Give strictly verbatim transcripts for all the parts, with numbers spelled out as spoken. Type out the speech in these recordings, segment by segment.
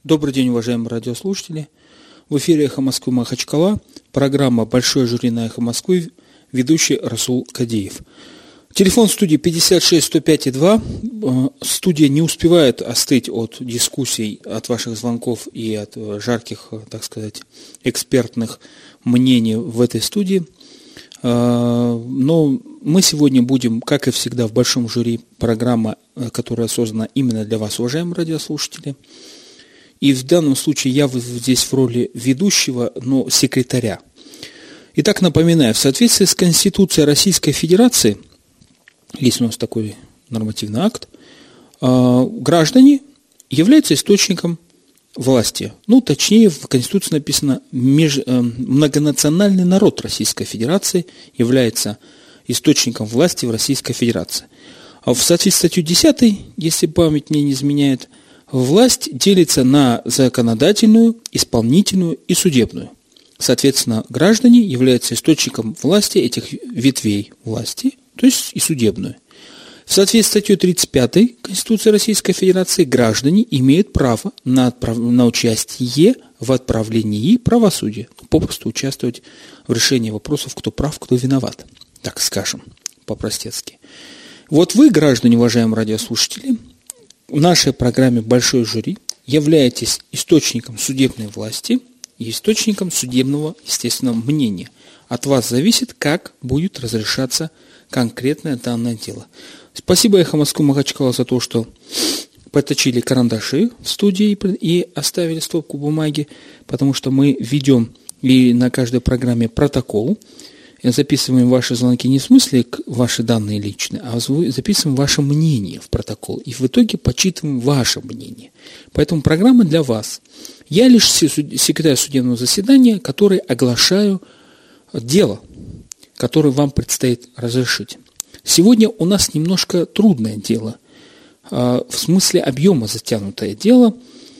Добрый день, уважаемые радиослушатели. В эфире «Эхо Москвы» Махачкала, программа «Большое жюри на Эхо Москвы», ведущий Расул Кадеев. Телефон студии пятьдесят шесть сто пять и два. Студия не успевает остыть от дискуссий, от ваших звонков и от жарких, так сказать, экспертных мнений в этой студии. Но мы сегодня будем, как и всегда, в большом жюри, программа, которая создана именно для вас, уважаемые радиослушатели. И в данном случае я здесь в роли ведущего, но секретаря. Итак, напоминаю, в соответствии с Конституцией Российской Федерации, есть у нас такой нормативный акт, граждане являются источником власти. Ну, точнее, в Конституции написано, меж, многонациональный народ Российской Федерации является источником власти в Российской Федерации. А в соответствии с статьей десятой, если память мне не изменяет, власть делится на законодательную, исполнительную и судебную. Соответственно, граждане являются источником власти этих ветвей власти, то есть и судебную. В соответствии с статьей тридцать пятой Конституции Российской Федерации граждане имеют право на, отправ... на участие в отправлении правосудия, попросту участвовать в решении вопросов, кто прав, кто виноват, так скажем, по-простецки. Вот вы, граждане, уважаемые радиослушатели, в нашей программе «Большой жюри» являетесь источником судебной власти и источником судебного, естественно, мнения. От вас зависит, как будет разрешаться конкретное данное дело. Спасибо «Эхо Москвы» Махачкала за то, что подточили карандаши в студии и оставили стопку бумаги, потому что мы ведем и на каждой программе протокол. Записываем ваши звонки не в смысле ваши данные личные, а записываем ваше мнение в протокол. И в итоге почитываем ваше мнение. Поэтому программа для вас. Я лишь секретарь судебного заседания, который оглашаю дело, которое вам предстоит разрешить. Сегодня у нас немножко трудное дело. В смысле объема затянутое дело.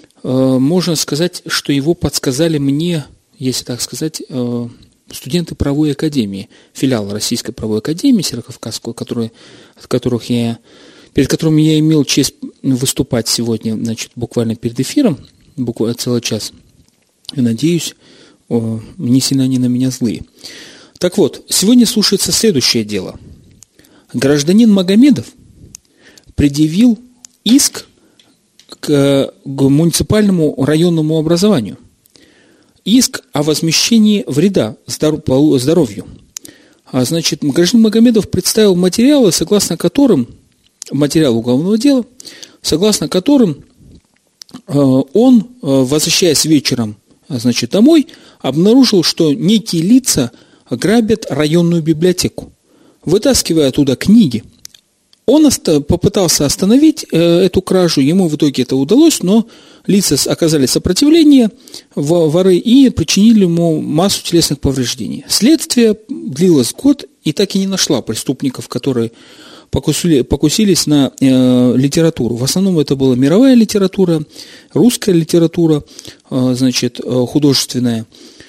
Можно сказать, что его подсказали мне, если так сказать, студенты правовой академии, филиала Российской правовой академии Северокавказской, которые, от которых я, перед которыми я имел честь выступать сегодня, значит, буквально перед эфиром, буквально целый час. И надеюсь, о, не сильно они на меня злые. Так вот, сегодня слушается следующее дело. Гражданин Магомедов предъявил иск к, к муниципальному районному образованию. Иск о возмещении вреда здоровью. А, значит, гражданин Магомедов представил материалы, согласно которым, материал уголовного дела, согласно которым э, он, э, возвращаясь вечером, значит, домой, обнаружил, что некие лица грабят районную библиотеку, вытаскивая оттуда книги. Он оста- попытался остановить э, эту кражу, ему в итоге это удалось, но лица оказали сопротивление, воры, и причинили ему массу телесных повреждений. Следствие длилось год и так и не нашла преступников, которые покусили, покусились на э, литературу. В основном это была мировая литература, русская литература, э, значит, э, художественная.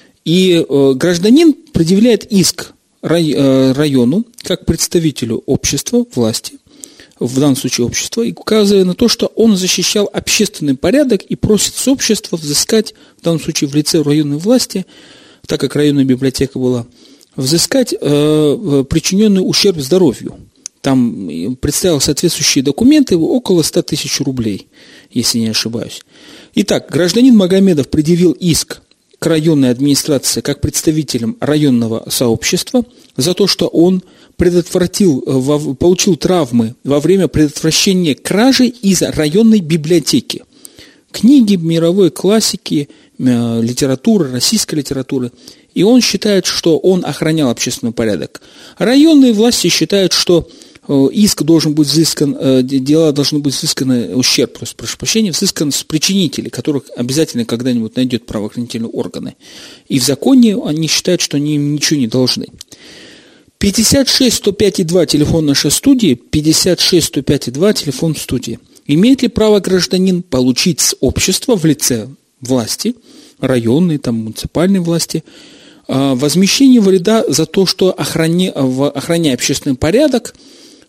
И э, гражданин предъявляет иск рай, э, району как представителю общества, власти, в данном случае общества, и указывая на то, что он защищал общественный порядок и просит с общества взыскать, в данном случае в лице районной власти, так как районная библиотека была, взыскать э, причиненный ущерб здоровью. Там представил соответствующие документы около ста тысяч рублей, если не ошибаюсь. Итак, гражданин Магомедов предъявил иск к районной администрации как представителям районного сообщества за то, что он предотвратил, получил травмы во время предотвращения кражи из районной библиотеки. Книги мировой классики, литературы, российской литературы. И он считает, что он охранял общественный порядок. Районные власти считают, что иск должен быть взыскан, дела должны быть взысканы, ущерб, просто прошу прощения, взыскан с причинителей, которых обязательно когда-нибудь найдет правоохранительные органы. И в законе они считают, что они им ничего не должны. пятьдесят шесть сто пять и два телефон нашей студии, пятьдесят шесть сто пять и два телефон студии. Имеет ли право гражданин получить с общества в лице власти, районной, там, муниципальной власти, возмещение вреда за то, что, охраня, охраняя общественный порядок,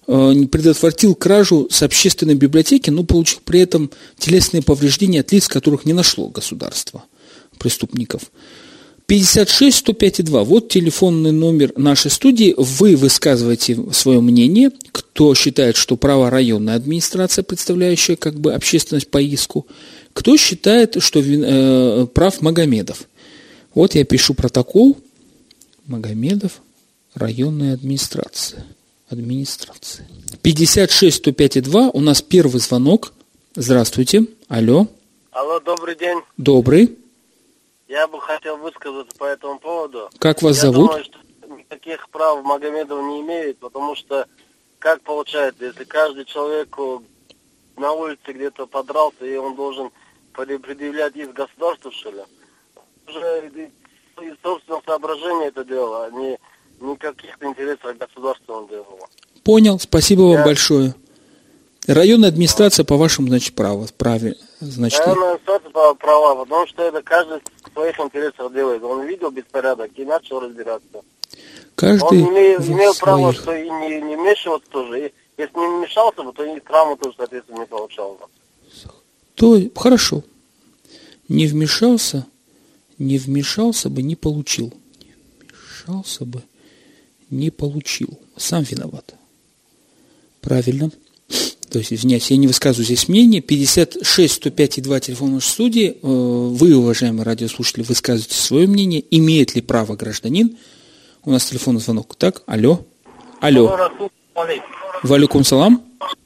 предотвратил кражу с общественной библиотеки, но получил при этом телесные повреждения от лиц, которых не нашло государство, преступников. пятьдесят шесть сто пять два. Вот телефонный номер нашей студии. Вы высказываете свое мнение, кто считает, что право районная администрация, представляющая как бы общественность по иску, кто считает, что э, прав Магомедов. Вот я пишу протокол. Магомедов, районная администрация. Администрация. пятьдесят шесть сто пять два. У нас первый звонок. Здравствуйте. Алло. Алло, добрый день. Добрый. Я бы хотел высказаться по этому поводу. Как вас Я зовут? думаю, что никаких прав Магомедов не имеет, потому что, как получается, если каждый человек на улице где-то подрался, и он должен предъявлять иск государству, что ли? Уже из собственного соображения это дело, а не, не каких-то интересов государства он делал. Понял, спасибо вам Я... большое. Районная администрация, по вашему, значит, право, правильно. Значит, Районная администрация права, потому что это каждый в своих интересах делает. Он видел беспорядок и начал разбираться. Каждый он имеет, имел своих... право, что и не, не вмешиваться тоже. И если не вмешался бы, то и травму тоже, соответственно, не получал бы. То хорошо. Не вмешался, не вмешался бы, не получил. Не вмешался бы, не получил. Сам виноват. Правильно. То есть, извиняюсь, я не высказываю здесь мнение. пятьдесят шесть сто пять два телефон нашей студии. Вы, уважаемые радиослушатели, высказываете свое мнение. Имеет ли право гражданин? У нас телефонный звонок. Так, алло. Алло. Валикум салам.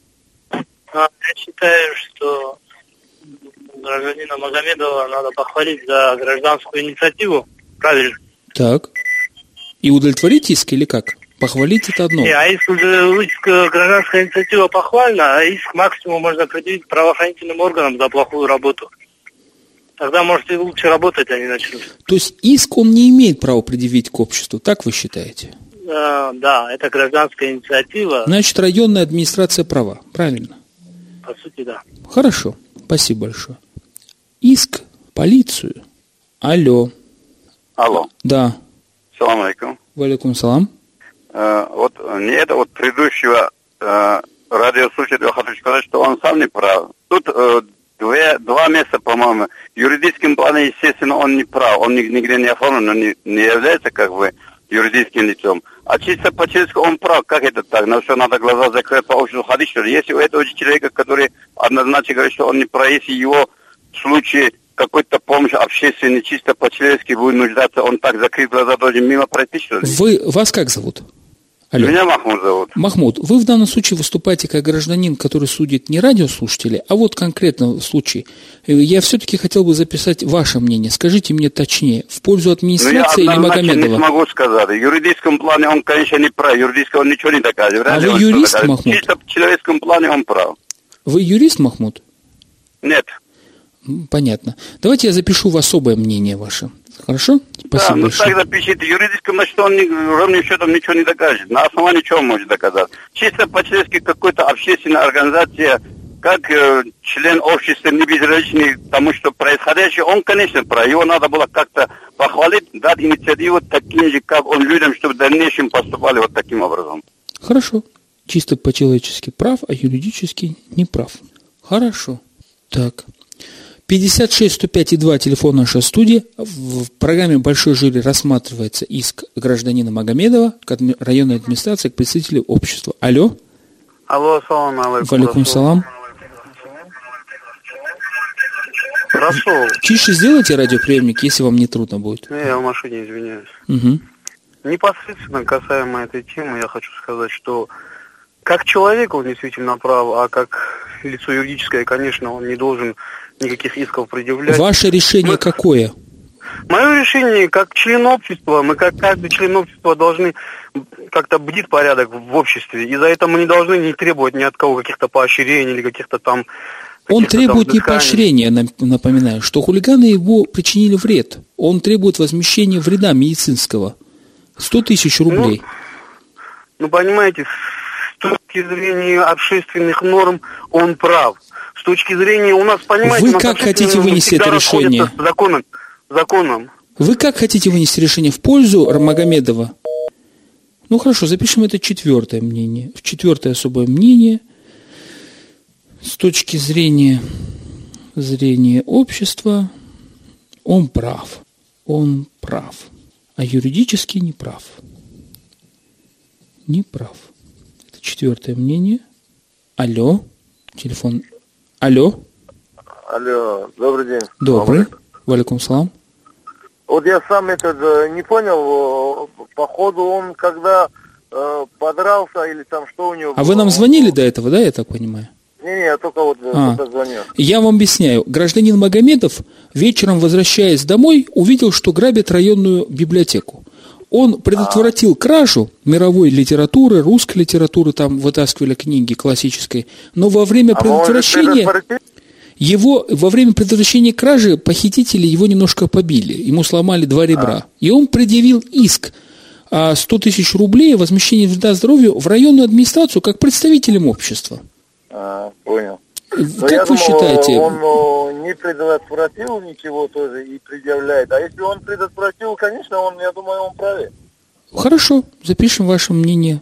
Я считаю, что гражданина Магомедова надо похвалить за гражданскую инициативу. Правильно. Так. И удовлетворить иск или как? Похвалить это одно. Не, а иск, иск гражданская инициатива похвальна, а иск максимум можно предъявить правоохранительным органам за плохую работу. Тогда, может, и лучше работать они начнут. То есть иск он не имеет права предъявить к обществу, так вы считаете? А, да, это гражданская инициатива. Значит, районная администрация права, правильно? По сути, да. Хорошо, спасибо большое. Иск, полицию. Алло. Алло. Да. Салам алейкум. Валикум салам. Э, вот не это вот предыдущего э, радиослушателя я хочу сказать, что он сам не прав. Тут э, две, два месяца, по-моему, в юридическом плане, естественно, он не прав. Он нигде не оформлен, он не, не является как бы юридическим лицом. А чисто по-человечески он прав. Как это так? На все надо глаза закрыть, по обществу ходить, что ли? Если у этого человека, который однозначно говорит, что он не прав, если его в случае какой-то помощи общественной, чисто по-человечески будет нуждаться, он так закрыть глаза, должен мимо пройти, что ли? Вы, вас как зовут? Алло. Меня Махмуд зовут. Махмуд, вы в данном случае выступаете как гражданин, который судит не радиослушателей, а вот конкретно в случае. Я все-таки хотел бы записать ваше мнение. Скажите мне точнее, в пользу администрации или Магомедова? Я не смогу сказать. В юридическом плане он, конечно, не прав. Юридическом он ничего не докажет. А вы юрист, Махмуд? Чисто в человеческом плане он прав. Вы юрист, Махмуд? Нет. Понятно. Давайте я запишу в особое мнение ваше. Хорошо? Спасибо да, ну большое. так запишите. Юридическом, значит, он не, ровным счетом ничего не докажет. На основании чего он может доказать? Чисто по-человечески какая-то общественная организация, как э, член общества, не безразличный тому, что происходящее, он, конечно, прав. Его надо было как-то похвалить, дать инициативу таким же, как он, людям, чтобы в дальнейшем поступали вот таким образом. Хорошо. Чисто по-человечески прав, а юридически не прав. Хорошо. Так. пятьдесят шесть сто пять два телефон нашей студии. В программе «Большой жюри» рассматривается иск гражданина Магомедова к районной администрации, к представителю общества. Алло. Алло, салам алейкум. Валикум салам. Расул. Тише сделайте радиоприемник, если вам не трудно будет. Не, я в машине, извиняюсь. Угу. Непосредственно касаемо этой темы, я хочу сказать, что как человек он действительно прав, а как лицо юридическое, конечно, он не должен никаких исков предъявлять. Ваше решение мы... какое? Мое решение, как член общества, мы как каждый член общества должны как-то бдить порядок в обществе, и за это мы не должны не требовать ни от кого каких-то поощрений или каких-то там... Он требует не поощрения, напоминаю, что хулиганы его причинили вред. Он требует возмещения вреда медицинского. Сто тысяч рублей. Ну, ну, понимаете, с точки зрения общественных норм он прав. С точки зрения у нас, понимаете... Вы как хотите вынести это решение? Законом, законом. Вы как хотите вынести решение в пользу Магомедова? Ну хорошо, запишем это четвертое мнение. Четвертое особое мнение с точки зрения, зрения общества, он прав. Он прав. А юридически не прав. Не прав. Это четвертое мнение. Алло. Телефон. Алло. Алло, добрый день. Добрый. Валикум салам. Вот я сам этот не понял, походу он когда э, подрался или там что у него А было? вы нам звонили до этого, да, я так понимаю? Не-не, я только вот А. только звонил. Я вам объясняю. Гражданин Магомедов, вечером возвращаясь домой, увидел, что грабят районную библиотеку. Он предотвратил кражу мировой литературы, русской литературы, там вытаскивали книги классической, но во время А может, предотвращения... предотвратить? Его во время предотвращения кражи похитители его немножко побили, ему сломали два ребра. А. И он предъявил иск о сто тысяч рублей возмещение вреда здоровью в районную администрацию как представителем общества. А, понял. Как Но вы я думал, считаете? Он о, не предотвратил ничего тоже и предъявляет. А если он предотвратил, конечно, он, я думаю, он правее. Хорошо, запишем ваше мнение.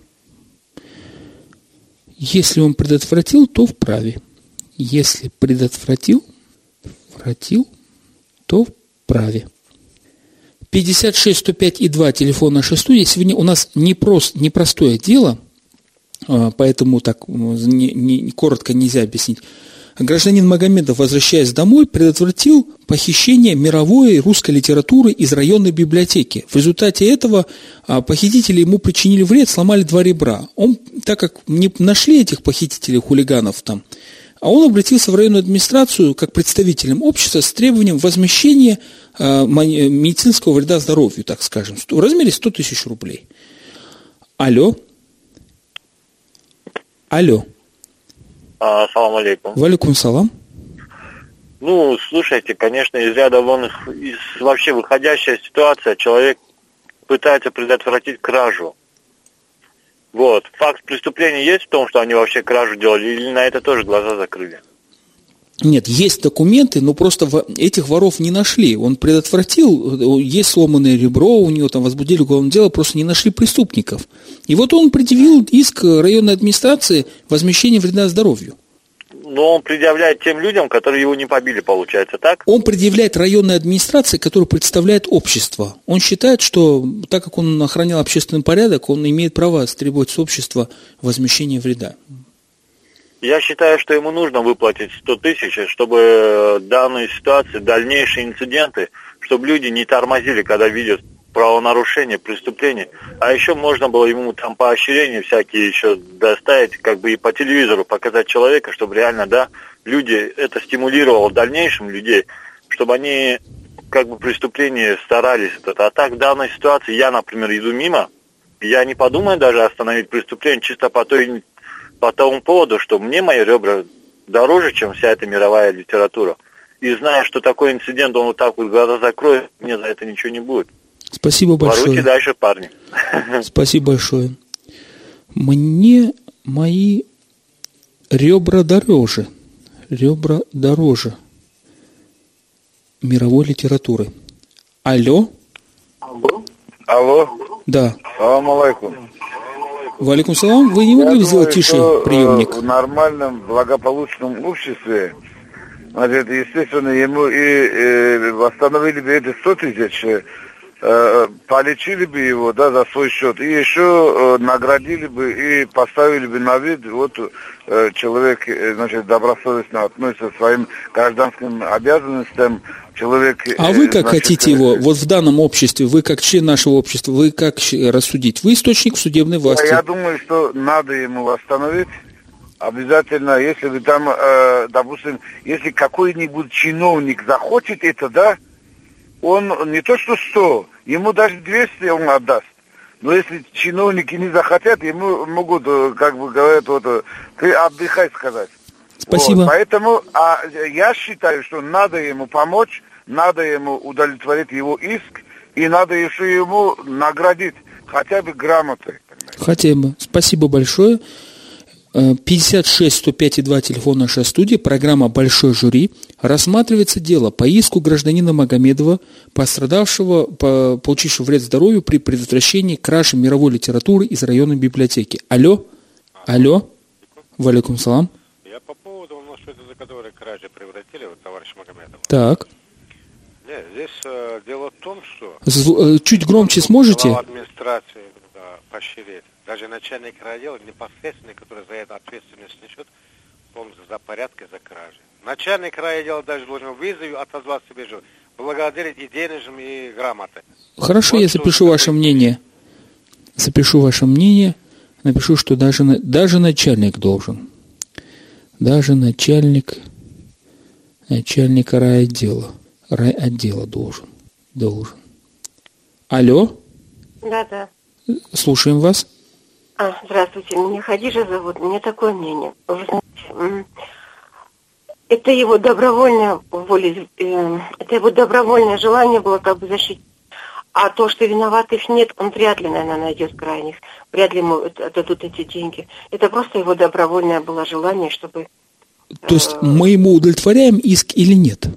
Если он предотвратил, то вправе. Если предотвратил, вратил, то вправе. пятьдесят шесть сто пять и два, телефон нашей студии. Сегодня у нас непрост, непростое дело, поэтому так не, не, коротко нельзя объяснить. Гражданин Магомедов, возвращаясь домой, предотвратил похищение мировой русской литературы из районной библиотеки. В результате этого похитители ему причинили вред, сломали два ребра. Он, так как не нашли этих похитителей, хулиганов там, а он обратился в районную администрацию как представителем общества с требованием возмещения э, медицинского вреда здоровью, так скажем, в размере сто тысяч рублей. Алло. Алло. Ассаламу алейкум. Валикум салам. Ну, слушайте, конечно, из ряда вон из вообще выходящая ситуация, человек пытается предотвратить кражу. Вот. Факт преступления есть в том, что они вообще кражу делали, или на это тоже глаза закрыли? Нет, есть документы, но просто этих воров не нашли. Он предотвратил, есть сломанное ребро, у него там возбудили уголовное дело, просто не нашли преступников. И вот он предъявил иск районной администрации возмещения вреда здоровью. Но он предъявляет тем людям, которые его не побили, получается, так? Он предъявляет районной администрации, которая представляет общество. Он считает, что так как он охранял общественный порядок, он имеет право требовать с общества возмещения вреда. Я считаю, что ему нужно выплатить сто тысяч, чтобы данные ситуации, дальнейшие инциденты, чтобы люди не тормозили, когда видят правонарушения, преступления. А еще можно было ему там поощрения всякие еще доставить, как бы и по телевизору показать человека, чтобы реально, да, люди, это стимулировало в дальнейшем людей, чтобы они как бы преступления старались. А так в данной ситуации я, например, иду мимо, я не подумаю даже остановить преступление чисто по той, по тому поводу, что мне мои ребра дороже, чем вся эта мировая литература. И зная, что такой инцидент, он вот так вот глаза закроет, мне за это ничего не будет. Спасибо большое. Воруйте дальше, парни. Спасибо большое. Мне мои ребра дороже. Ребра дороже мировой литературы. Алло? Алло? Алло? Да. Салам алейкум. Валикум салам. Вы не могли бы сделать тише приемник? В нормальном, благополучном обществе, значит, естественно, ему и, и восстановили бы эти сто тысяч, э, полечили бы его, да, за свой счет, и еще э, наградили бы и поставили бы на вид, вот э, человек, э, значит, добросовестно относится к своим гражданским обязанностям, человек... А вы как значит, хотите его, вот в данном обществе, вы как член нашего общества, вы как рассудить? Вы источник судебной власти. Я думаю, что надо ему восстановить. Обязательно, если вы там, э, допустим, если какой-нибудь чиновник захочет это, да, он не то что сто, ему даже двести он отдаст. Но если чиновники не захотят, ему могут, как бы говорят, вот, ты отдыхай сказать. Спасибо. Вот, поэтому а, я считаю, что надо ему помочь, надо ему удовлетворить его иск, и надо еще ему наградить хотя бы грамотой. Хотя бы. Спасибо большое. пятьдесят шесть сто пять и два, телефон нашей студии, программа «Большой жюри». Рассматривается дело по иску гражданина Магомедова, пострадавшего, по, получившего вред здоровью при предотвращении кражи мировой литературы из районной библиотеки. Алло? Алло? Валикум салам. Я по поводу, у нас что-то за которые кражи превратили, вот, товарищ Магомедов. Так. Нет, здесь э, дело в том, что... З- чуть громче сможете? Глава администрации да, поощряет. Даже начальник района непосредственно, который за это ответственность несет, полностью за порядок и за кражи. Начальник райотдела даже должен вызовить, отозвать себе же, благодарить и денежным, и грамотой. Хорошо, вот я запишу ваше мнение. Запишу ваше мнение. Напишу, что даже, даже начальник должен. Даже начальник, начальник райотдела. Райотдела должен. Должен. Алло? Да, да. Слушаем вас. А, здравствуйте, меня Хадижа зовут. У меня такое мнение. Вы знаете, это его добровольное воля, э, это его добровольное желание было как бы защитить. А то, что виноватых нет, он вряд ли, наверное, найдет крайних. Вряд ли ему отдадут эти деньги. Это просто его добровольное было желание, чтобы... То есть э, мы ему удовлетворяем иск или нет?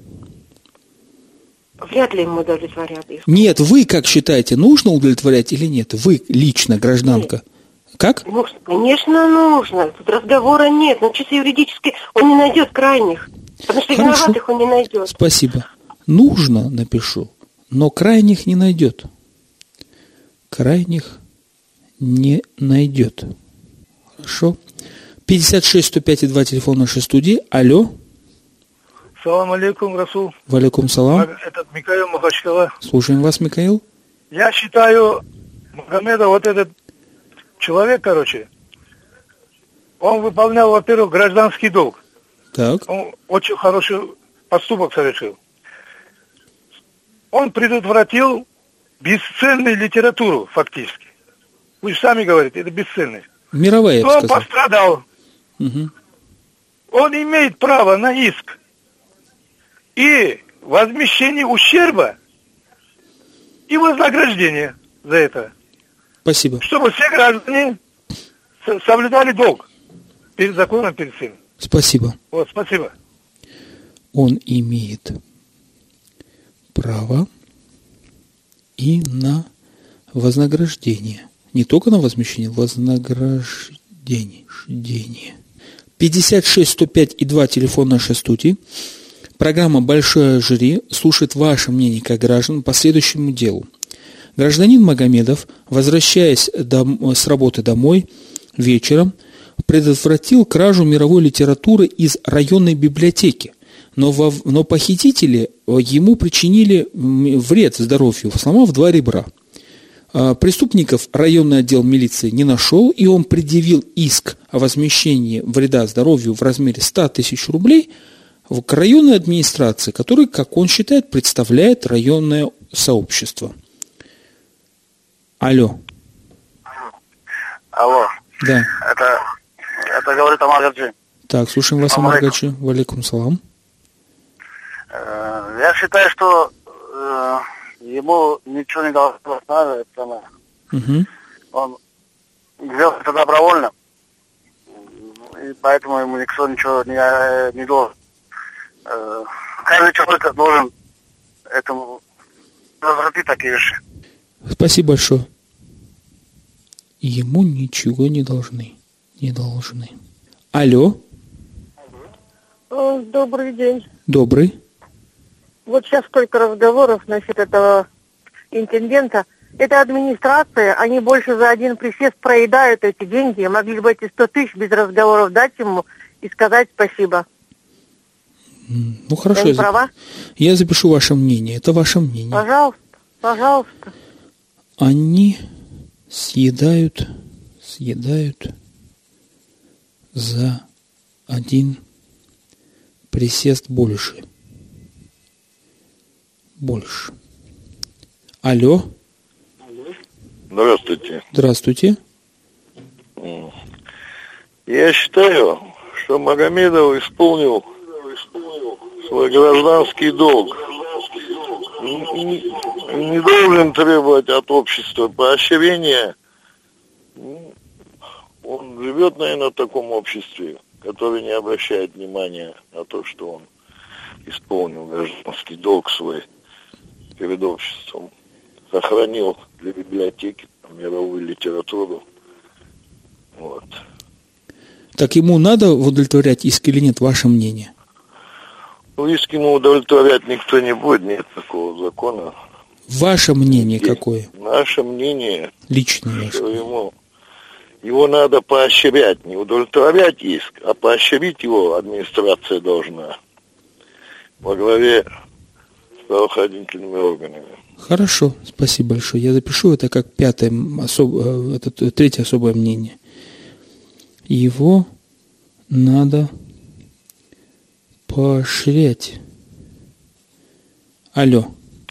Вряд ли ему удовлетворят иск. Нет, вы как считаете, нужно удовлетворять или нет? Вы лично, гражданка. Нет. Как? Ну, конечно, нужно. Тут разговора нет. Но чисто юридически он не найдет крайних. Потому что Хорошо. Виноватых он не найдет. Спасибо. Нужно, напишу, но крайних не найдет. Крайних не найдет. Хорошо. пятьдесят шесть сто пять и два, телефон нашей студии. Алло. Салам алейкум, Расул. Валикум салам. Этот Михаил Махачкала. Слушаем вас, Михаил. Я считаю, Магомедов, вот этот человек, короче, он выполнял, во-первых, гражданский долг. Так. Он очень хороший поступок совершил. Он предотвратил бесценную литературу, фактически. Вы же сами говорите, это бесценность. Мировая, я бы Он сказал. пострадал. Угу. Он имеет право на иск и возмещение ущерба и вознаграждение за это. Спасибо. Чтобы все граждане соблюдали долг перед законом, перед всеми. Спасибо. Вот, спасибо. Он имеет право и на вознаграждение. Не только на возмещение, вознаграждение. пятьдесят шесть сто пять и два, телефон нашей студии. Программа «Большое жюри» слушает ваше мнение как граждан по следующему делу. Гражданин Магомедов, возвращаясь дом, с работы домой вечером, предотвратил кражу мировой литературы из районной библиотеки. Но, во, но похитители ему причинили вред здоровью, сломав два ребра. Преступников районный отдел милиции не нашел, и он предъявил иск о возмещении вреда здоровью в размере ста тысяч рублей к районной администрации, которая, как он считает, представляет районное сообщество. Алло. Алло. Да. Это, это говорит Амар Гаджи. Так, слушаем вас, Амар Гаджи. Валикум салам. Я считаю, что э, ему ничего не должно надо, это самое. Угу. Он сделал это добровольно, и поэтому ему никто ничего не, не должен. Э, каждый человек должен этому возвратить такие вещи. Спасибо большое. Ему ничего не должны. Не должны. Алло. Добрый день. Добрый. Вот сейчас столько разговоров насчет этого интендента. Это администрация, они больше за один присест проедают эти деньги. Могли бы эти сто тысяч без разговоров дать ему и сказать спасибо. Ну хорошо. Я не я, права? Зап... я запишу ваше мнение. Это ваше мнение. Пожалуйста, пожалуйста. Они съедают, съедают за один присест больше. Больше. Алло. Здравствуйте. Здравствуйте. Я считаю, что Магомедов исполнил свой гражданский долг. Не должен требовать от общества поощрения. он живет, наверное, в таком обществе, которое не обращает внимания на то, что он исполнил гражданский долг свой перед обществом, сохранил для библиотеки там, мировую литературу. Вот. Так ему надо удовлетворять иск или нет, ваше мнение? Ну, иск ему удовлетворять никто не будет, нет такого закона. Ваше мнение Здесь. Какое? Наше мнение, Личное что ваше. ему, его надо поощрять, не удовлетворять иск, а поощрить его администрация должна во главе с правоохранительными органами. Хорошо, спасибо большое. Я запишу это как пятое, особо, это третье особое мнение. Его надо поощрять. Алло.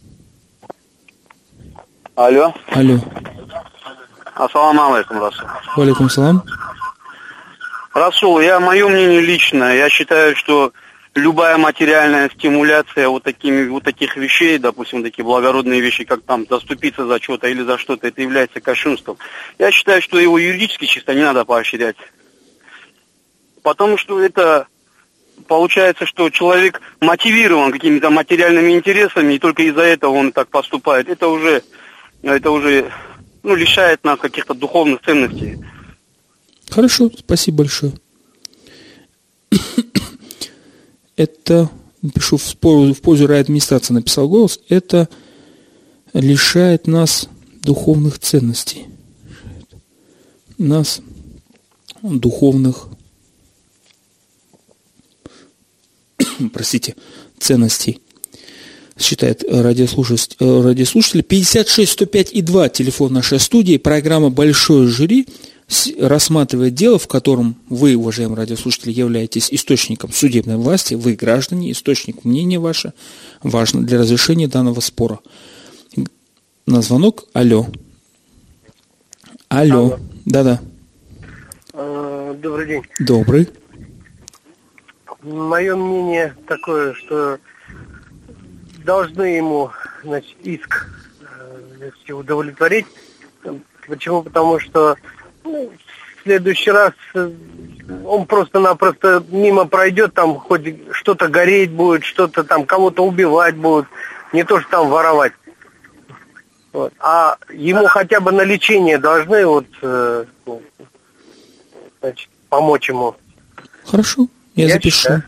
Алло. Алло. Ассаламу алейкум, Расул. Валейкум салам. Расул, я, мое мнение личное, я считаю, что любая материальная стимуляция вот, такими, вот таких вещей, допустим, такие благородные вещи, как там заступиться за что-то или за что-то, это является кощунством. Я считаю, что его юридически чисто не надо поощрять. Потому что это получается, что человек мотивирован какими-то материальными интересами, и только из-за этого он так поступает. Это уже, это уже ну, лишает нас каких-то духовных ценностей. Хорошо, спасибо большое. Это, пишу в пользу, в пользу райадминистрации, написал голос, это лишает нас духовных ценностей. Нас духовных, простите, ценностей. Считает радиослушатель, радиослушатель. пятьдесят шесть сто пять и два, телефон нашей студии, программа «Большое жюри» рассматривает дело, в котором вы, уважаемые радиослушатели, являетесь источником судебной власти, вы, граждане, источник мнения ваше, важно для разрешения данного спора. На звонок. Алло. Алло. Алло. Да-да. Добрый день. Добрый. Мое мнение такое, что должны ему, значит, иск э, удовлетворить. Почему? Потому что ну, в следующий раз э, он просто-напросто мимо пройдет, там хоть что-то гореть будет, что-то там кого-то убивать будет, не то что там воровать. Вот. А ему хотя бы на лечение должны вот, э, значит, помочь ему. Хорошо, я, я запишу. Считаю.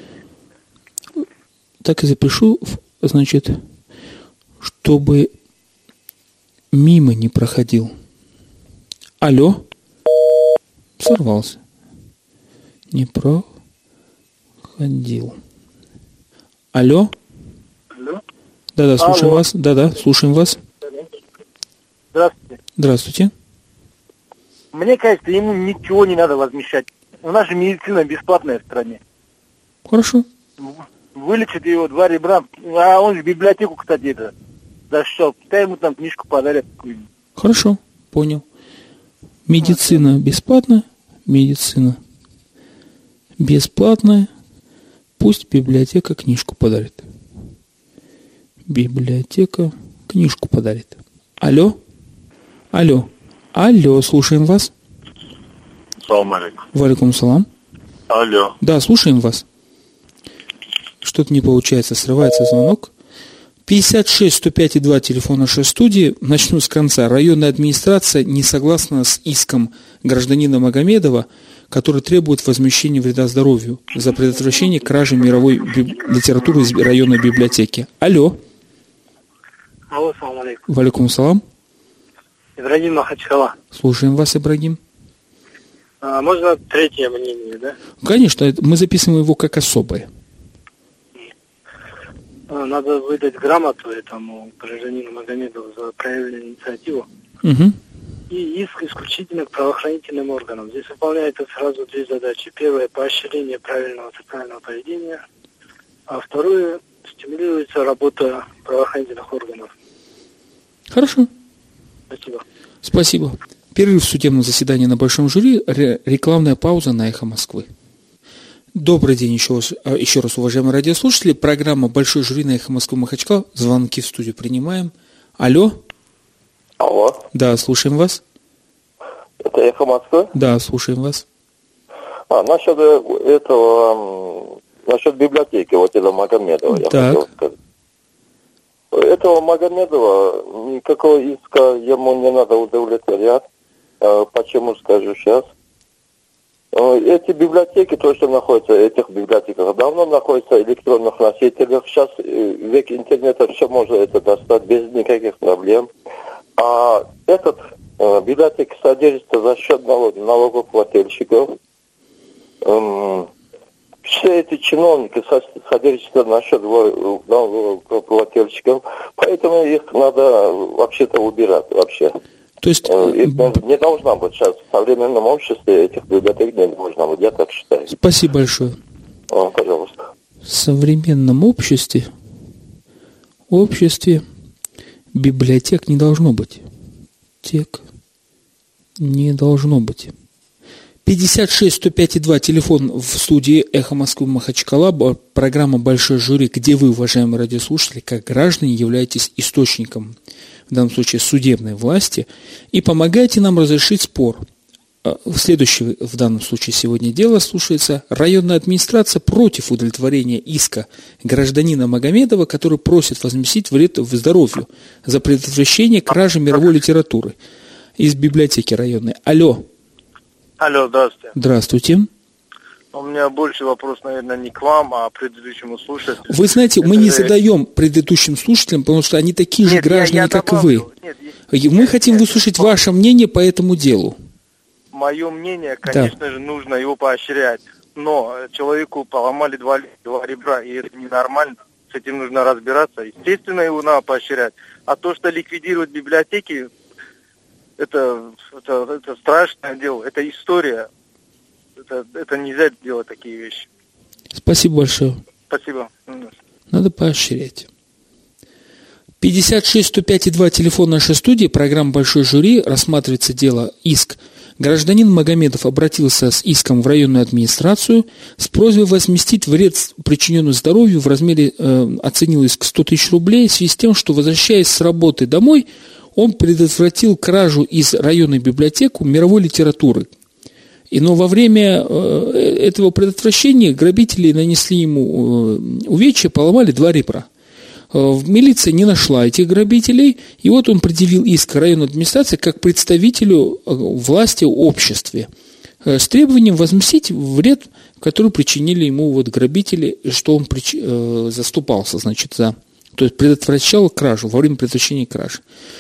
Так и запишу, значит, чтобы мимо не проходил. Алло. Сорвался. Не проходил. Алло. Алло. Да-да, слушаем Алло. вас. Да-да, слушаем вас. Здравствуйте. Здравствуйте. Мне кажется, ему ничего не надо возмещать. У нас же медицина бесплатная в стране. Хорошо. Вылечит его два ребра. А он же в библиотеку, кстати, это зашел. Пускай ему там книжку подарят какую-нибудь. Хорошо, понял. Медицина бесплатная. Медицина бесплатная. Пусть библиотека книжку подарит. Библиотека книжку подарит. Алло. Алло. Алло, слушаем вас. Салам алейкум. Валейкум салам. Алло. Да, слушаем вас. Что-то не получается, срывается звонок. пятьдесят шесть сто пять и два, телефон нашей студии. Начну с конца. Районная администрация не согласна с иском гражданина Магомедова, который требует возмещения вреда здоровью за предотвращение кражи мировой би- литературы из районной библиотеки. Алло. Алло, салам алейкум. Валейкум салам. Ибрагим Махачкала. Слушаем вас, Ибрагим. А, можно третье мнение, да? Конечно, мы записываем его как особое. Надо выдать грамоту этому гражданину Магомедову за проявленную инициативу. Угу. И иск исключительно к правоохранительным органам. Здесь выполняется сразу две задачи. Первое – поощрение правильного социального поведения. А второе – стимулируется работа правоохранительных органов. Хорошо. Спасибо. Спасибо. Перерыв в судебном заседании на Большом жюри. Рекламная пауза на «Эхо Москвы». Добрый день еще раз, еще раз, уважаемые радиослушатели. Программа «Большой жюри» на «Эхо Москвы» Махачкала. Звонки в студию принимаем. Алло. Алло. Да, слушаем вас. Это «Эхо Москвы»? Да, слушаем вас. А, насчет этого, насчет библиотеки, вот этого Магомедова, я так. хотел сказать. Этого Магомедова никакого иска ему не надо удовлетворять. Почему, скажу сейчас. Эти библиотеки, то, что находится в этих библиотеках, давно находятся в электронных носителях. Сейчас век интернета, все можно это достать без никаких проблем. А этот э, библиотека содержится за счет налог, налогоплательщиков. Эм, все эти чиновники содержатся на счет налогоплательщиков, поэтому их надо вообще-то убирать вообще. То есть... Их не должно быть сейчас в современном обществе, этих библиотек не должно быть, я так считаю. Спасибо большое. О, пожалуйста. В современном обществе, обществе библиотек не должно быть. Тек не должно быть. пятьдесят шесть сто пять и два, телефон в студии «Эхо Москвы» Махачкала, программа «Большой жюри», где вы, уважаемые радиослушатели, как граждане, являетесь источником, в данном случае судебной власти, и помогаете нам разрешить спор. Следующее в данном случае сегодня дело слушается. Районная администрация против удовлетворения иска гражданина Магомедова, который просит возместить вред в здоровью за предотвращение кражи мировой литературы из библиотеки районной. Алло. Алло, здравствуйте. Здравствуйте. У меня больше вопрос, наверное, не к вам, а к предыдущему слушателю. Вы знаете, это мы не же... задаем предыдущим слушателям, потому что они такие же нет, граждане, я, я как добавлю. И вы. Нет, я... Мы нет, хотим нет, выслушать нет. ваше мнение по этому делу. Мое мнение, конечно да. же, нужно его поощрять. Но человеку поломали два, два ребра, и это ненормально. С этим нужно разбираться. Естественно, его надо поощрять. А то, что ликвидируют библиотеки, это, это, это страшное дело. Это история. Это, это нельзя делать такие вещи. Спасибо большое. Спасибо. Надо поощрять. пятьдесят шесть сто пять и два, телефон нашей студии, программа «Большой жюри», рассматривается дело иск. Гражданин Магомедов обратился с иском в районную администрацию с просьбой возместить вред, причиненный здоровью, в размере, э, оценил иск сто тысяч рублей, в связи с тем, что, возвращаясь с работы домой, он предотвратил кражу из районной библиотеки мировой литературы. И, но во время э, этого предотвращения грабители нанесли ему э, увечья, поломали два ребра. Э, милиция не нашла этих грабителей, и вот он предъявил иск районной администрации как представителю э, власти в обществе э, с требованием возместить вред, который причинили ему вот грабители, что он прич... э, заступался, значит, за, то есть предотвращал кражу во время предотвращения кражи.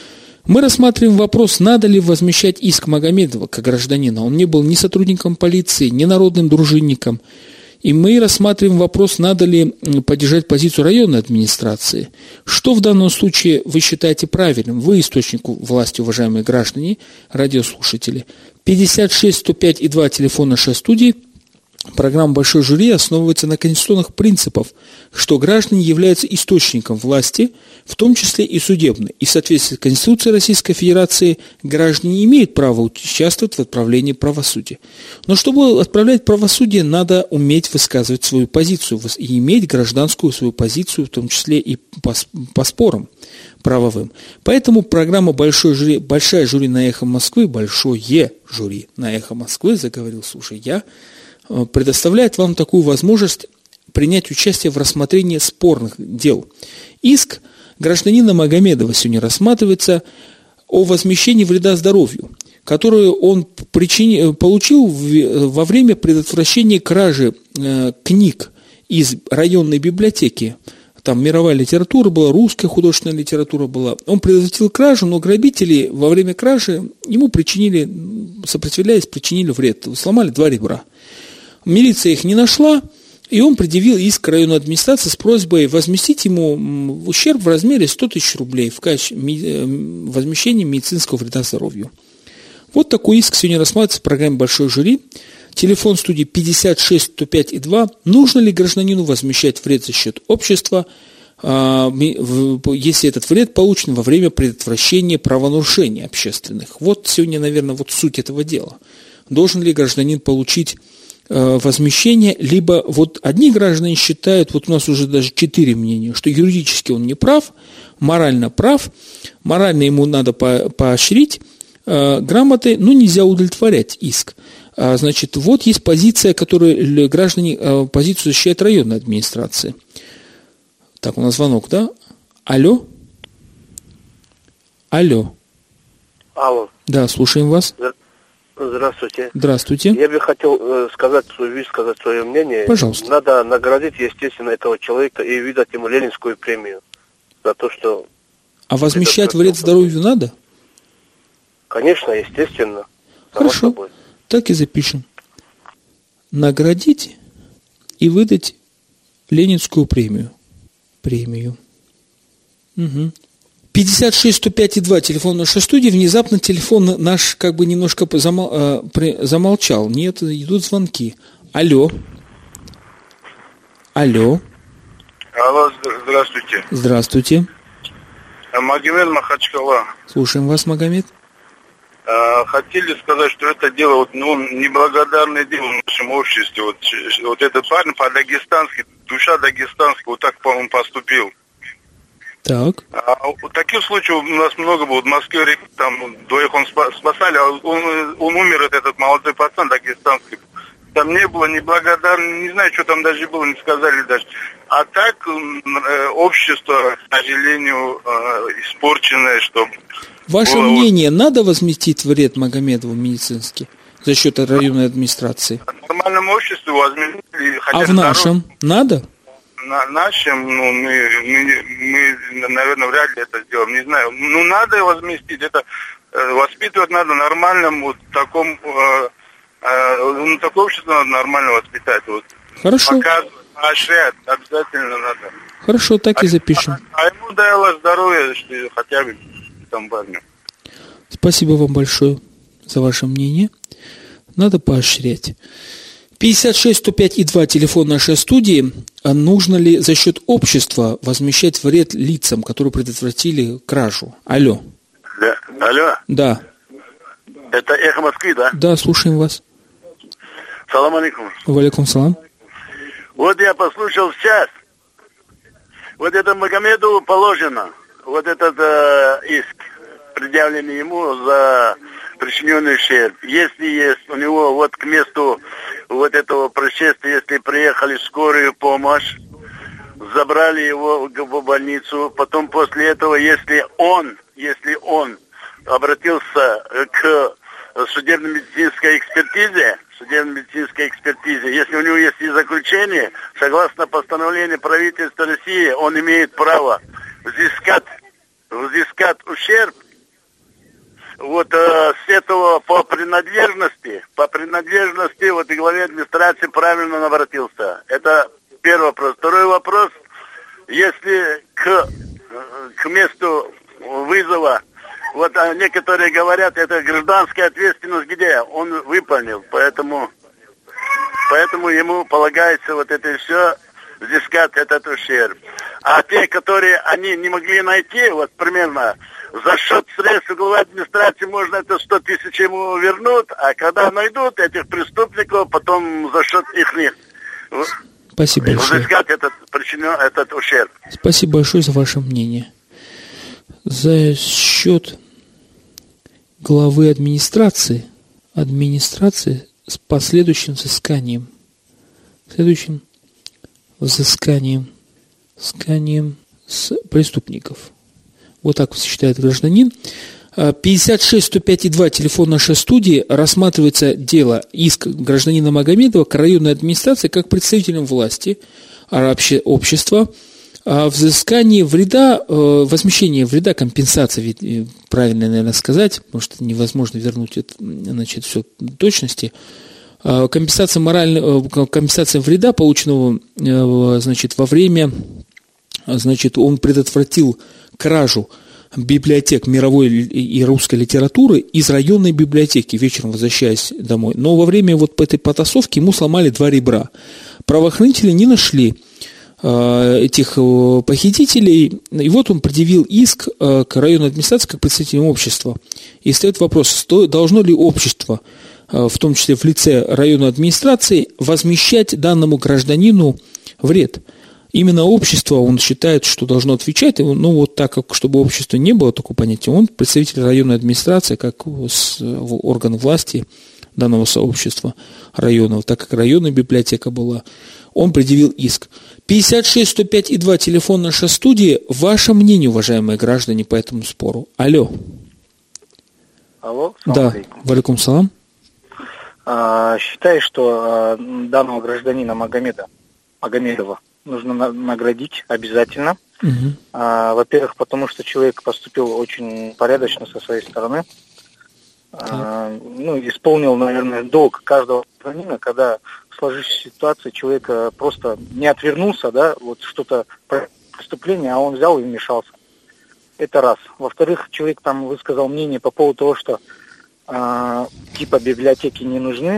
Мы рассматриваем вопрос, надо ли возмещать иск Магомедова как гражданина. Он не был ни сотрудником полиции, ни народным дружинником. И мы рассматриваем вопрос, надо ли поддержать позицию районной администрации. Что в данном случае вы считаете правильным? Вы источник власти, уважаемые граждане, радиослушатели. пятьдесят шесть сто пять и два, телефон нашей студии. Программа «Большой жюри» основывается на конституционных принципах, что граждане являются источником власти, в том числе и судебной. И в соответствии с Конституцией Российской Федерации граждане имеют право участвовать в отправлении правосудия. Но чтобы отправлять правосудие, надо уметь высказывать свою позицию и иметь гражданскую свою позицию, в том числе и по, по спорам правовым. Поэтому программа «Большой жюри», «Большая жюри» на «Эхо Москвы», «Большое жюри» на «Эхо Москвы», заговорил, слушай, я, предоставляет вам такую возможность принять участие в рассмотрении спорных дел. Иск гражданина Магомедова сегодня рассматривается о возмещении вреда здоровью, которую он причини, получил в, во время предотвращения кражи э, книг из районной библиотеки. Там мировая литература была, русская художественная литература была. Он предотвратил кражу, но грабители во время кражи ему причинили, сопротивляясь, причинили вред. Сломали два ребра. Милиция их не нашла, и он предъявил иск районной администрации с просьбой возместить ему ущерб в размере сто тысяч рублей в качестве возмещения медицинского вреда здоровью. Вот такой иск сегодня рассматривается в программе «Большой жюри». Телефон студии пятьдесят шесть сто пять и два. Нужно ли гражданину возмещать вред за счет общества, если этот вред получен во время предотвращения правонарушений общественных? Вот сегодня, наверное, вот суть этого дела. Должен ли гражданин получить возмещение, либо вот одни граждане считают, вот у нас уже даже четыре мнения, что юридически он не прав, морально прав, морально ему надо по- поощрить, грамотой, но нельзя удовлетворять иск. Значит, вот есть позиция, которую граждане, позицию защищает районная администрация. Так, у нас звонок, да? Алло? Алло. Алло. Да, слушаем вас. Здравствуйте. Здравствуйте. Я бы хотел э, сказать свою, сказать свое мнение. Пожалуйста. Надо наградить, естественно, этого человека и выдать ему Ленинскую премию за то, что... А возмещать вред здоровью надо? Конечно, естественно. Хорошо, так и запишем. Наградить и выдать Ленинскую премию. Премию. Угу. пятьдесят шесть сто пять и два, телефон нашей студии. Внезапно телефон наш как бы немножко замол, э, при, замолчал. Нет, идут звонки. Алло. Алло. Алло, здравствуйте. Здравствуйте. Магомед, Махачкала. Слушаем вас, Магомед. А, хотели сказать, что это дело, вот, ну, неблагодарное дело в нашем обществе. Вот, вот этот парень по-дагестански, душа дагестанская, вот так, по-моему, поступил. Так. А, вот таких случаев у нас много было. В Москве там двоих он спасали, а он, он умер, этот молодой пацан дагестанский. Там не было неблагодарного, не знаю, что там даже было, не сказали даже. А так э, общество, к сожалению, э, испорченное, что... Ваше было... мнение, надо возместить вред Магомедову медицинский за счет районной администрации? В нормальном обществе возместили... А в нашем здоров... надо? На нашем, ну, мы, мы, мы, наверное, вряд ли это сделаем, не знаю. Ну, надо возместить, это э, воспитывать надо нормальном, вот таком... Э, Ну, такое общество надо нормально воспитать. Вот. Хорошо. Показывать, поощрять обязательно надо. Хорошо, так а, и запишем. А, а ему дай здоровья, что хотя бы там парню. Спасибо вам большое за ваше мнение. Надо поощрять. пятьдесят шесть сто пять и два, телефон нашей студии. А нужно ли за счет общества возмещать вред лицам, которые предотвратили кражу? Алло. Да. Алло. Да. Это Эхо Москвы, да? Да, слушаем вас. Салам алейкум. Валейкум салам. Вот я послушал сейчас. Вот это Магомедову положено. Вот этот э, иск, предъявленный ему за причиненный ущерб. Если есть у него вот к месту вот этого происшествия, если приехали скорую помощь, забрали его в больницу, потом после этого, если он, если он обратился к судебно-медицинской экспертизе, судебно-медицинской экспертизе, если у него есть и заключение, согласно постановлению правительства России, он имеет право взыскать, взыскать ущерб. Вот э, с этого по принадлежности, по принадлежности, вот и главе администрации правильно он обратился. Это первый вопрос. Второй вопрос, если к, к месту вызова, вот а некоторые говорят, это гражданская ответственность, где он выполнил, поэтому, поэтому ему полагается вот это все взыскать этот ущерб. А те, которые они не могли найти, вот примерно за счет средств главы администрации можно это сто тысяч ему вернут, а когда найдут этих преступников, потом за счет их Спасибо большое. Взыскать этот, причинен, этот ущерб. Спасибо большое за ваше мнение. За счет главы администрации, администрации с последующим взысканием, следующим взысканием, взысканием с преступников. Вот так считает гражданин. пятьдесят шесть сто пять и два, телефон нашей студии, рассматривается дело иск гражданина Магомедова к районной администрации как представителям власти, общества, о взыскании вреда, возмещении вреда, компенсации, правильно, наверное, сказать, потому что невозможно вернуть это, значит, все в точности, компенсация, моральной, компенсация вреда, полученного, значит, во время, значит, он предотвратил кражу библиотек мировой и русской литературы из районной библиотеки, вечером возвращаясь домой. Но во время вот этой потасовки ему сломали два ребра. Правоохранители не нашли этих похитителей, и вот он предъявил иск к районной администрации как представителям общества. И стоит вопрос, должно ли общество, в том числе в лице районной администрации, возмещать данному гражданину вред. Именно общество, он считает, что должно отвечать, ну вот так как, чтобы общество не было такого понятия, он представитель районной администрации, как орган власти данного сообщества районов, так как районная библиотека была, он предъявил иск. пятьдесят шесть сто пять и два, телефон нашей студии. Ваше мнение, уважаемые граждане, по этому спору? Алло. Алло. Да, валикум салам. А, считаю, что а, данного гражданина Магомеда, Магомедова нужно на- наградить обязательно. Угу. А, во-первых, потому что человек поступил очень порядочно со своей стороны. А, ну, исполнил, наверное, долг каждого гражданина, когда в сложившейся ситуации человек просто не отвернулся, да, вот что-то преступление, а он взял и вмешался. Это раз. Во-вторых, человек там высказал мнение по поводу того, что а, типа библиотеки не нужны.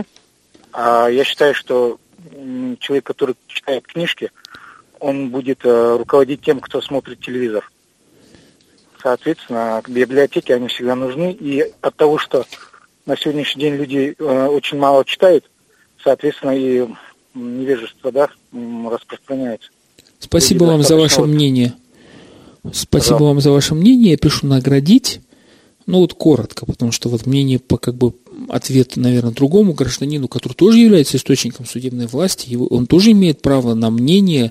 А я считаю, что м, человек, который читает книжки, он будет а, руководить тем, кто смотрит телевизор. Соответственно, библиотеки, они всегда нужны. И от того, что на сегодняшний день люди э, очень мало читают, соответственно, и невежество, да, распространяется. Спасибо люди вам за ваше вот... мнение. Спасибо да. вам за ваше мнение. Я пишу наградить. Ну вот коротко, потому что вот мнение по как бы ответ, наверное, другому гражданину, который тоже является источником судебной власти, его, он тоже имеет право на мнение,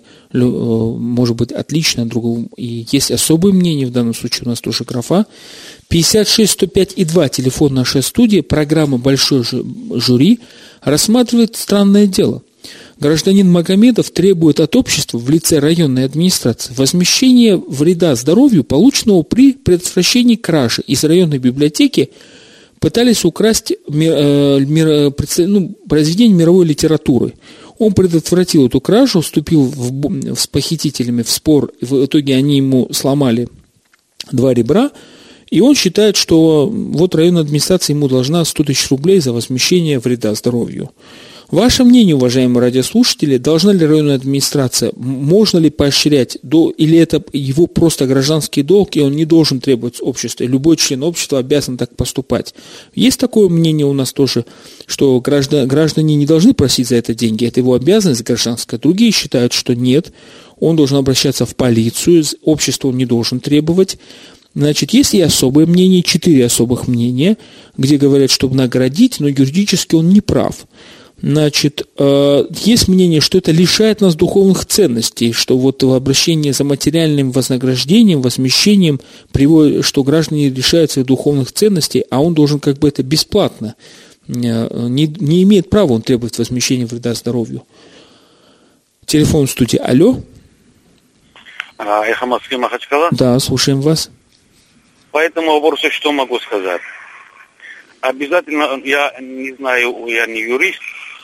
может быть, отличное от другого. И есть особое мнение, в данном случае у нас тоже графа. пятьдесят шесть сто пять и два, телефон нашей студии, программа «Большой жюри» рассматривает странное дело. Гражданин Магомедов требует от общества в лице районной администрации возмещения вреда здоровью, полученного при предотвращении кражи. Из районной библиотеки пытались украсть мир, э, мир, ну, произведение мировой литературы. Он предотвратил эту кражу, вступил в, с похитителями в спор, в итоге они ему сломали два ребра, и он считает, что вот районная администрация ему должна сто тысяч рублей за возмещение вреда здоровью. Ваше мнение, уважаемые радиослушатели, должна ли районная администрация, можно ли поощрять, до, или это его просто гражданский долг, и он не должен требовать общества, и любой член общества обязан так поступать? Есть такое мнение у нас тоже, что граждан, граждане не должны просить за это деньги, это его обязанность гражданская. Другие считают, что нет, он должен обращаться в полицию, общество он не должен требовать. Значит, есть и особое мнение, четыре особых мнения, где говорят, чтобы наградить, но юридически он не прав. Значит, есть мнение, что это лишает нас духовных ценностей, что вот обращение за материальным вознаграждением, возмещением приводит, что граждане лишают своих духовных ценностей, а он должен как бы это бесплатно, не, не имеет права он требовать возмещения вреда здоровью. Телефон в студии. Алло. Эхо Москвы, Махачкала. Да, слушаем вас. По этому вопросу что могу сказать? Обязательно, я не знаю, я не юрист,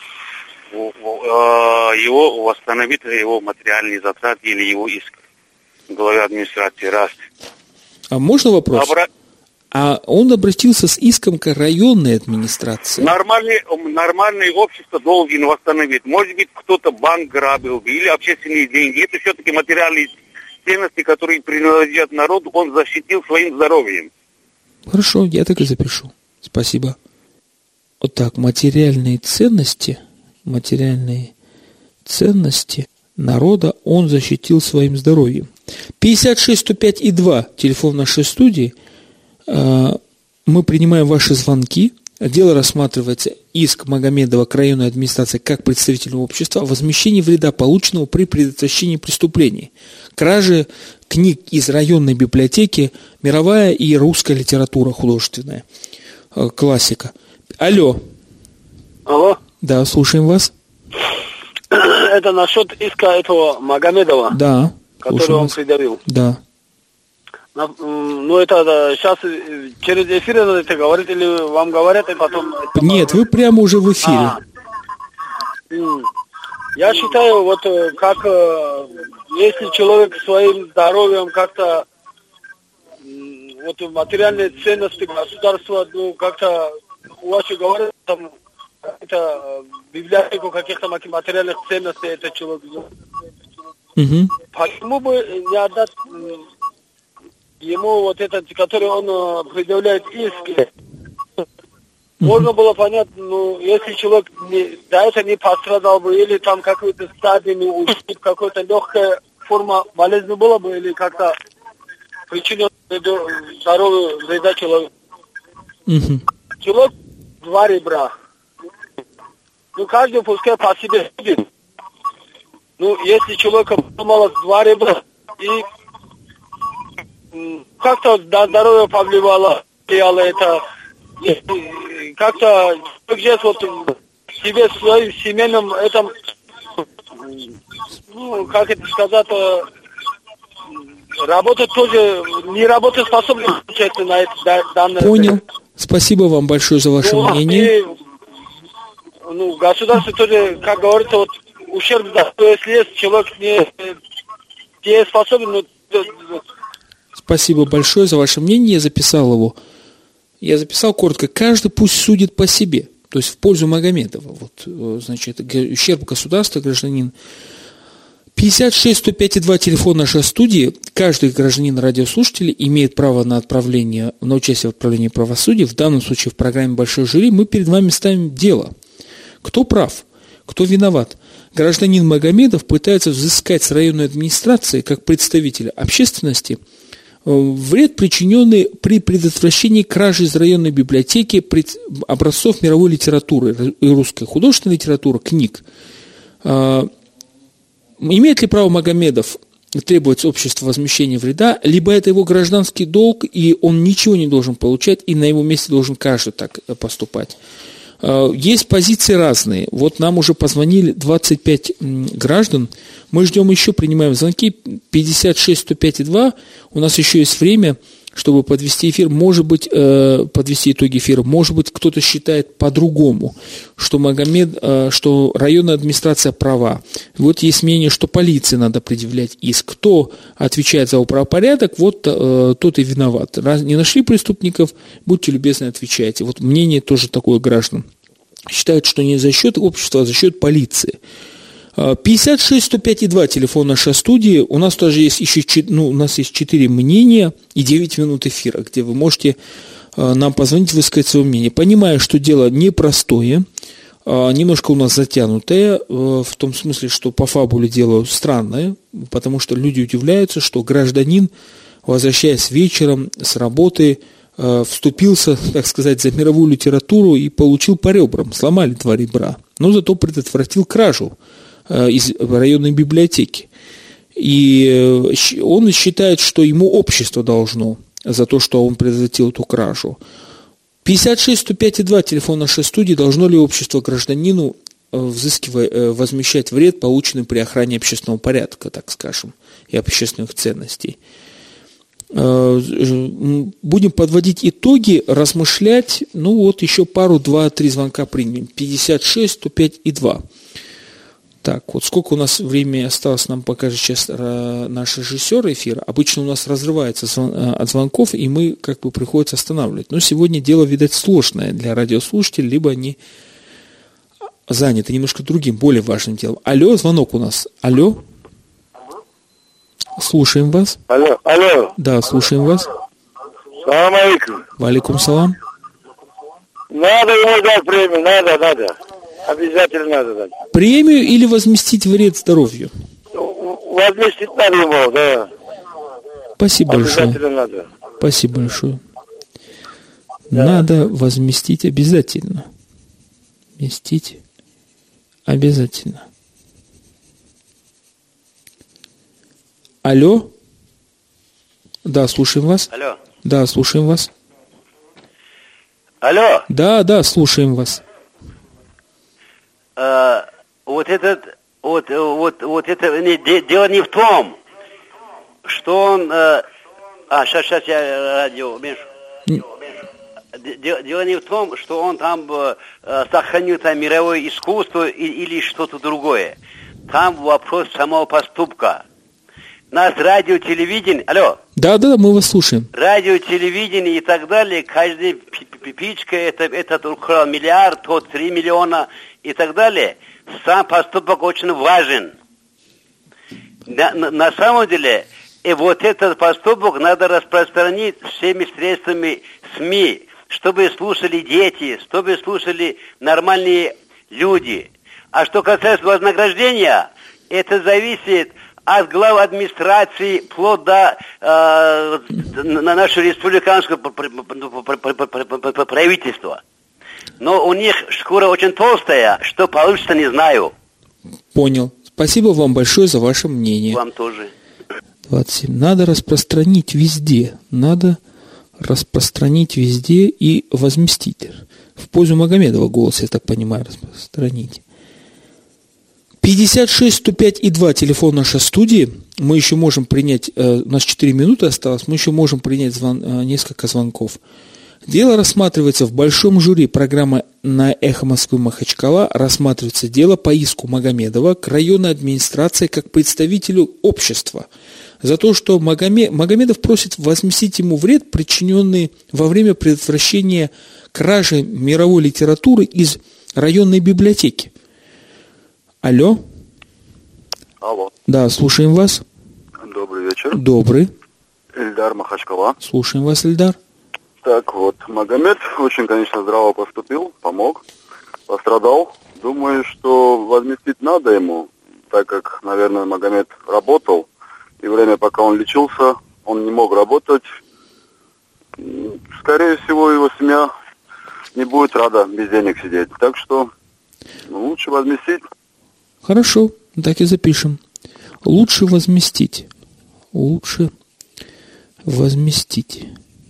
его восстановит его материальный затрат или его иск главе администрации, раз. А можно вопрос? Обра... А он обратился с иском к районной администрации? Нормальное, нормальное общество должен восстановить. Может быть, кто-то банк грабил или общественные деньги. Это все-таки материальные ценности, которые принадлежат народу, он защитил своим здоровьем. Хорошо, я так и запишу. Спасибо. Вот так, материальные ценности, материальные ценности народа он защитил своим здоровьем. пятьдесят шесть сто пять и два, телефон нашей студии. Мы принимаем ваши звонки. Дело рассматривается иск Магомедова к районной администрации как представителю общества о возмещении вреда, полученного при предотвращении преступлений. Кражи книг из районной библиотеки, мировая и русская литература художественная. Классика. Алло. Алло. Да, слушаем вас. Это насчет иска этого Магомедова, да, который он вас. предъявил. Да. Ну, это сейчас через эфир это говорит, или вам говорят, и потом... Нет, вы прямо уже в эфире. А. Я считаю, вот как, если человек своим здоровьем как-то, вот материальные ценности государства, ну, как-то, у вас же говорят, там, это библиотеку каких-то материальных ценностей, это человек. Угу. Почему бы не отдать ему вот этот, который он предъявляет иски? Mm-hmm. Можно было понять, ну, если человек не, да, это не пострадал бы, или там какой-то стадиями ушиб, какое-то легкое форма болезни была бы или как-то причина здоровья вреда человека. Угу. Человек два ребра. Ну, каждый пускай по себе судит. Ну, если человека поломалось два ребра и как-то до здоровья повлияло, это как-то человек вот себе своим семейным этом, ну, как это сказать, работа тоже не работоспособна получается на это данное. Понял. Спасибо вам большое за ваше ну, мнение. И, ну, государство тоже, как говорится, вот ущерб, если есть человек не, не способен, ну, Спасибо большое за ваше мнение. Я записал его. Я записал коротко. Каждый пусть судит по себе. То есть в пользу Магомедова. Вот, значит, ущерб государства, гражданин. пятьдесят шесть сто пять два телефон нашей студии. Каждый гражданин радиослушатель имеет право на отправление, на участие в отправлении правосудия. В данном случае в программе «Большой жюри» мы перед вами ставим дело. Кто прав? Кто виноват? Гражданин Магомедов пытается взыскать с районной администрации, как представителя общественности, вред, причиненный при предотвращении кражи из районной библиотеки образцов мировой литературы и русской художественной литературы, книг. Имеет ли право Магомедов требовать общества возмещения вреда, либо это его гражданский долг, и он ничего не должен получать, и на его месте должен каждый так поступать? Есть позиции разные. Вот нам уже позвонили двадцать пять граждан. Мы ждем еще, принимаем звонки. пятьдесят шесть сто пять два. У нас еще есть время, чтобы подвести эфир. Может быть, подвести итоги эфира. Может быть, кто-то считает по-другому, что Магомед, что районная администрация права. Вот есть мнение, что полиции надо предъявлять иск. Кто отвечает за правопорядок, вот тот и виноват. Раз не нашли преступников, будьте любезны, отвечайте. Вот мнение тоже такое граждан. Считают, что не за счет общества, а за счет полиции. пятьдесят шесть сто пять два телефон нашей студии. У нас тоже есть еще, ну, у нас есть четыре мнения и девять минут эфира, где вы можете нам позвонить, высказать свое мнение. Понимаю, что дело непростое, немножко у нас затянутое, в том смысле, что по фабуле дело странное, потому что люди удивляются, что гражданин, возвращаясь вечером с работы, вступился, так сказать, за мировую литературу и получил по ребрам, сломали два ребра, но зато предотвратил кражу из районной библиотеки. И он считает, что ему общество должно за то, что он предотвратил эту кражу. пятьдесят шесть сто пять два телефон нашей студии. Должно ли общество гражданину взыскивая, возмещать вред, полученный при охране общественного порядка, так скажем, и общественных ценностей? Будем подводить итоги, размышлять. Ну вот еще пару, два-три звонка примем. пятьдесят шесть сто пять и два. Так, вот сколько у нас времени осталось, нам покажет сейчас наш режиссер эфира. Обычно у нас разрывается от звонков, и мы как бы приходится останавливать. Но сегодня дело, видать, сложное для радиослушателей, либо они заняты немножко другим, более важным делом. Алло, звонок у нас. Алло. Слушаем вас. Алло, алло. Да, слушаем вас. Салам алейкум. Валейкум салам. Надо ему дать премию, надо, надо. Обязательно надо дать. Премию или возместить вред здоровью? Возместить надо ему, да. Спасибо большое. Обязательно надо. Спасибо большое. Да. Надо возместить обязательно. Вместить обязательно. Алло? Да, слушаем вас. Алло. Да, слушаем вас. Алло. Да, да, слушаем вас. А, вот этот, вот, вот, вот это, не, дело не в том, что он, а, а сейчас, сейчас я радио уменьшу. Дело, дело не в том, что он там а, сохранил там мировое искусство и, или что-то другое. Там вопрос самого поступка. Нас радио, телевидение, алло. Да, да, мы вас слушаем. Радио, телевидение и так далее, каждая пипичка, это, этот украл миллиард, тот три миллиона и так далее. Сам поступок очень важен. На, на, на самом деле, и вот этот поступок надо распространить всеми средствами СМИ, чтобы слушали дети, чтобы слушали нормальные люди. А что касается вознаграждения, это зависит от глав администрации вплоть до э, на наше республиканское правительство. Но у них шкура очень толстая, что получится, не знаю. Понял. Спасибо вам большое за ваше мнение. Вам тоже. двадцать семь. Надо распространить везде. Надо распространить везде и возместить. В пользу Магомедова голос, я так понимаю, распространить. пятьдесят шесть сто пять и два телефон нашей студии. Мы еще можем принять, э, у нас четыре минуты осталось, мы еще можем принять звон, э, несколько звонков. Дело рассматривается в большом жюри программы на «Эхо Москвы» Махачкала. Рассматривается дело по иску Магомедова к районной администрации как представителю общества за то, что Магомед, Магомедов просит возместить ему вред, причиненный во время предотвращения кражи мировой литературы из районной библиотеки. Алло. Алло. Да, слушаем вас. Добрый вечер. Добрый. Эльдар, Махачкала. Слушаем вас, Эльдар. Так вот, Магомед очень, конечно, здраво поступил, помог, пострадал. Думаю, что возместить надо ему, так как, наверное, Магомед работал, и время, пока он лечился, он не мог работать. Скорее всего, его семья не будет рада без денег сидеть. Так что ну, лучше возместить. Хорошо, так и запишем. Лучше возместить. Лучше возместить.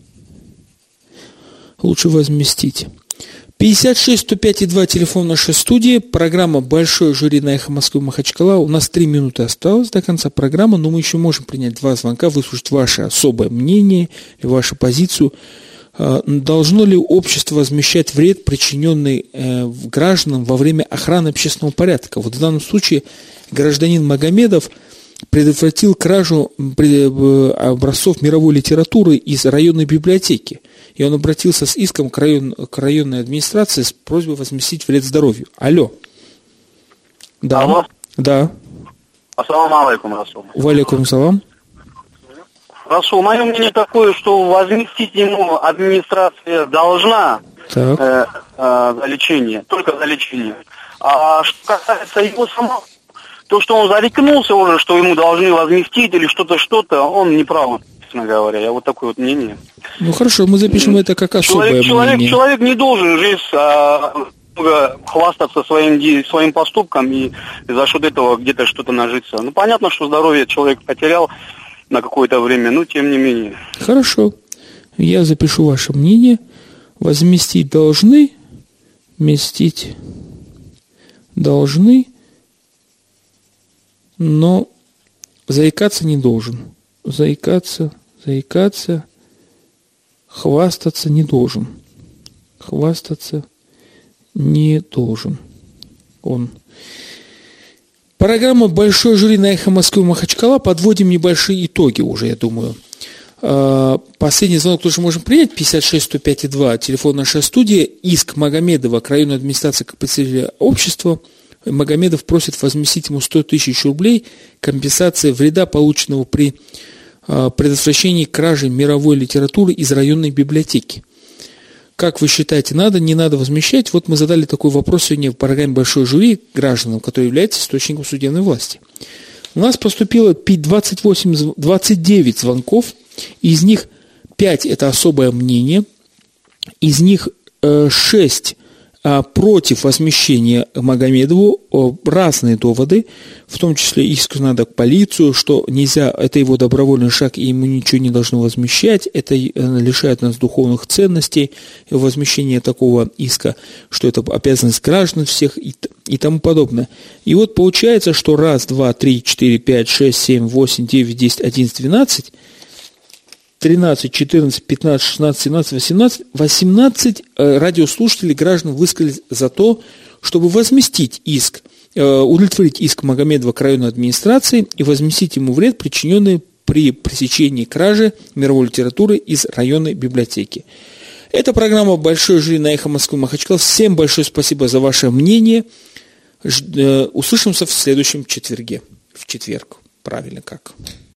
Лучше возместить. пятьдесят шесть сто пять и два телефон нашей студии. Программа «Большое жюри» на «Эхо Москвы» Махачкала. У нас три минуты осталось до конца программы, но мы еще можем принять два звонка, выслушать ваше особое мнение и вашу позицию. Должно ли общество возмещать вред, причиненный гражданам во время охраны общественного порядка? Вот в данном случае гражданин Магомедов предотвратил кражу образцов мировой литературы из районной библиотеки. И он обратился с иском к, район, к районной администрации с просьбой возместить вред здоровью. Алло. Да. Алло. Да. Ассаламу алейкум, Расул. Валейкум салам. Расул, мое мнение такое, что возместить ему администрация должна так. э, э, за лечение, только за лечение. А что касается его самого, то, что он зарекнулся уже, что ему должны возместить или что-то, что-то, он не прав, честно говоря. Я вот такое вот мнение. Ну хорошо, мы запишем это как особое человек, человек, мнение. Человек не должен жить, а, хвастаться своим, своим поступком и за счет этого где-то что-то нажиться. Ну понятно, что здоровье человек потерял на какое-то время, но тем не менее. Хорошо, я запишу ваше мнение. Возместить должны, вместить должны, но заикаться не должен. Заикаться, заикаться, хвастаться не должен. Хвастаться не должен он. Программа «Большое жюри» на «Эхо Москвы» Махачкала. Подводим небольшие итоги уже, я думаю. Последний звонок тоже можем принять. пятьдесят шесть сто пять и два, телефон нашей студии. Иск Магомедова к районной администрации как представителя общества. Магомедов просит возместить ему сто тысяч рублей компенсации вреда, полученного при предотвращении кражи мировой литературы из районной библиотеки. Как вы считаете, надо, не надо возмещать? Вот мы задали такой вопрос сегодня в программе «Большое жюри» гражданам, который является источником судебной власти. У нас поступило двадцать восемь, двадцать девять звонков, из них пять – это особое мнение, из них шесть против возмещения Магомедову, разные доводы, в том числе иск надо к полицию, что нельзя, это его добровольный шаг, и ему ничего не должно возмещать, это лишает нас духовных ценностей, возмещение такого иска, что это обязанность граждан всех и, и тому подобное. И вот получается, что раз, два, три, четыре, пять, шесть, семь, восемь, девять, десять, одиннадцать, двенадцать, тринадцать, четырнадцать, пятнадцать, шестнадцать, семнадцать, восемнадцать, восемнадцать радиослушателей граждан высказались за то, чтобы возместить иск, удовлетворить иск Магомедова к районной администрации и возместить ему вред, причиненный при пресечении кражи мировой литературы из районной библиотеки. Это программа «Большое жюри» на «Эхо Москвы» Махачкала. Всем большое спасибо за ваше мнение. Услышимся в следующем четверге. В четверг. Правильно как.